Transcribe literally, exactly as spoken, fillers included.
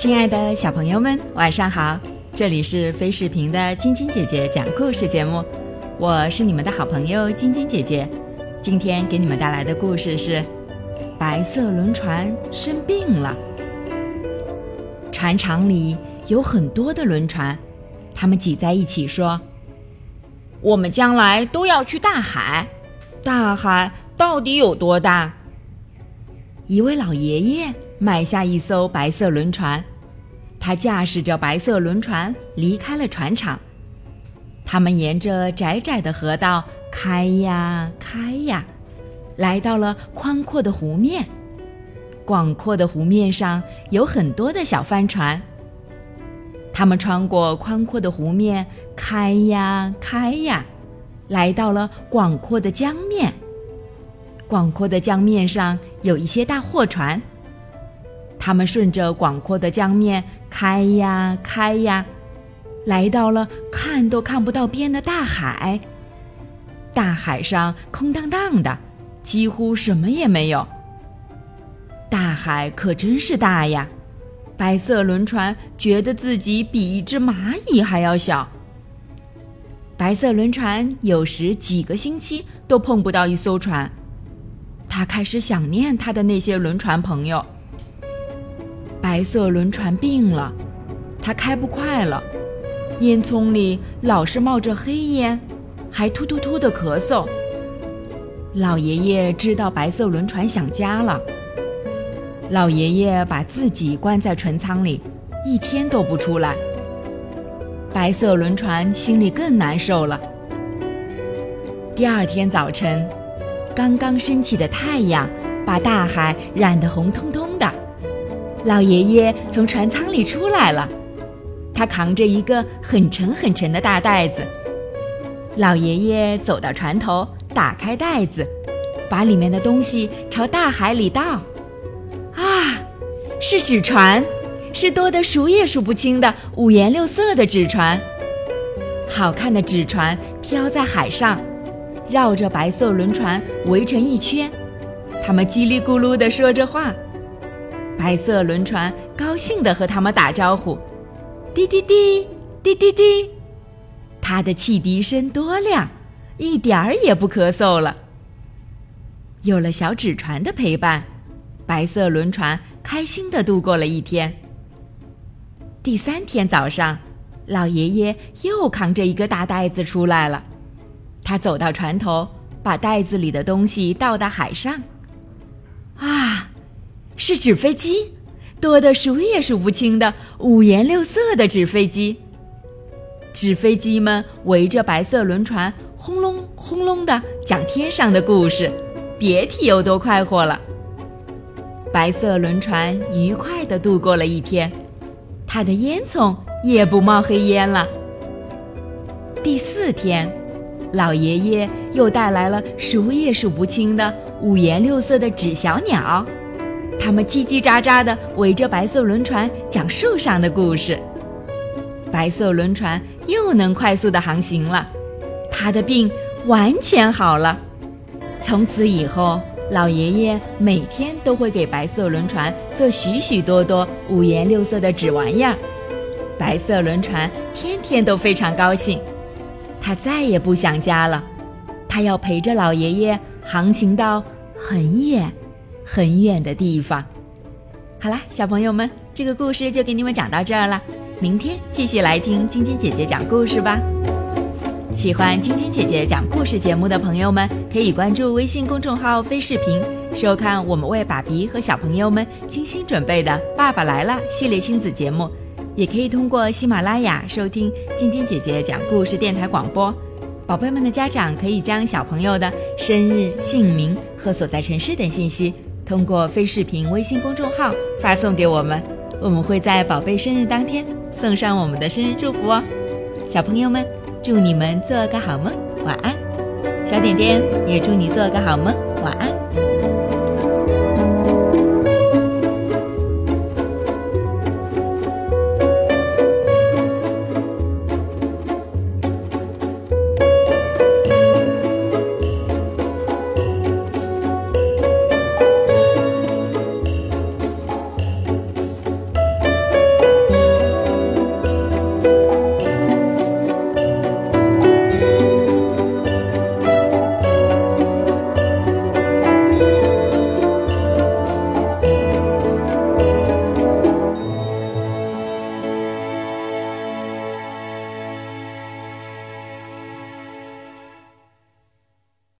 亲爱的小朋友们，晚上好！这里是飞视频的晶晶姐姐讲故事节目，我是你们的好朋友晶晶姐姐。今天给你们带来的故事是白色轮船生病了。船厂里有很多的轮船，它们挤在一起说，我们将来都要去大海，大海到底有多大？一位老爷爷买下一艘白色轮船，他驾驶着白色轮船离开了船厂。他们沿着窄窄的河道开呀开呀，来到了宽阔的湖面。广阔的湖面上有很多的小帆船，他们穿过宽阔的湖面，开呀开呀，来到了广阔的江面。广阔的江面上有一些大货船，他们顺着广阔的江面开呀开呀，来到了看都看不到边的大海。大海上空荡荡的，几乎什么也没有。大海可真是大呀，白色轮船觉得自己比一只蚂蚁还要小。白色轮船有时几个星期都碰不到一艘船，他开始想念他的那些轮船朋友。白色轮船病了，它开不快了，烟囱里老是冒着黑烟，还突突突地咳嗽。老爷爷知道白色轮船想家了，老爷爷把自己关在船舱里，一天都不出来。白色轮船心里更难受了。第二天早晨，刚刚升起的太阳把大海染得红彤彤的。老爷爷从船舱里出来了，他扛着一个很沉很沉的大袋子。老爷爷走到船头，打开袋子，把里面的东西朝大海里倒。啊，是纸船，是多得数也数不清的五颜六色的纸船。好看的纸船飘在海上，绕着白色轮船围成一圈，他们叽里咕噜地说着话。白色轮船高兴地和他们打招呼，滴滴滴，滴滴滴。它的汽笛声多亮，一点儿也不咳嗽了。有了小纸船的陪伴，白色轮船开心地度过了一天。第三天早上，老爷爷又扛着一个大袋子出来了。他走到船头，把袋子里的东西倒到海上。啊，是纸飞机，多得数也数不清的五颜六色的纸飞机。纸飞机们围着白色轮船轰隆轰隆地讲天上的故事，别提有多快活了。白色轮船愉快地度过了一天，它的烟囱也不冒黑烟了。第四天，老爷爷又带来了数也数不清的五颜六色的纸小鸟，它们叽叽喳喳地围着白色轮船讲树上的故事。白色轮船又能快速地航行了，它的病完全好了。从此以后，老爷爷每天都会给白色轮船做许许多多五颜六色的纸玩意儿。白色轮船天天都非常高兴，他再也不想家了，他要陪着老爷爷航行到很远很远的地方。好啦，小朋友们，这个故事就给你们讲到这儿了，明天继续来听晶晶姐姐讲故事吧。喜欢晶晶姐姐讲故事节目的朋友们，可以关注微信公众号飞视频，收看我们为爸比和小朋友们精心准备的爸爸来了系列亲子节目，也可以通过喜马拉雅收听晶晶姐姐讲故事电台广播。宝贝们的家长可以将小朋友的生日、姓名和所在城市等信息通过飞视频微信公众号发送给我们，我们会在宝贝生日当天送上我们的生日祝福哦。小朋友们，祝你们做个好梦，晚安。小点点也祝你做个好梦，晚安。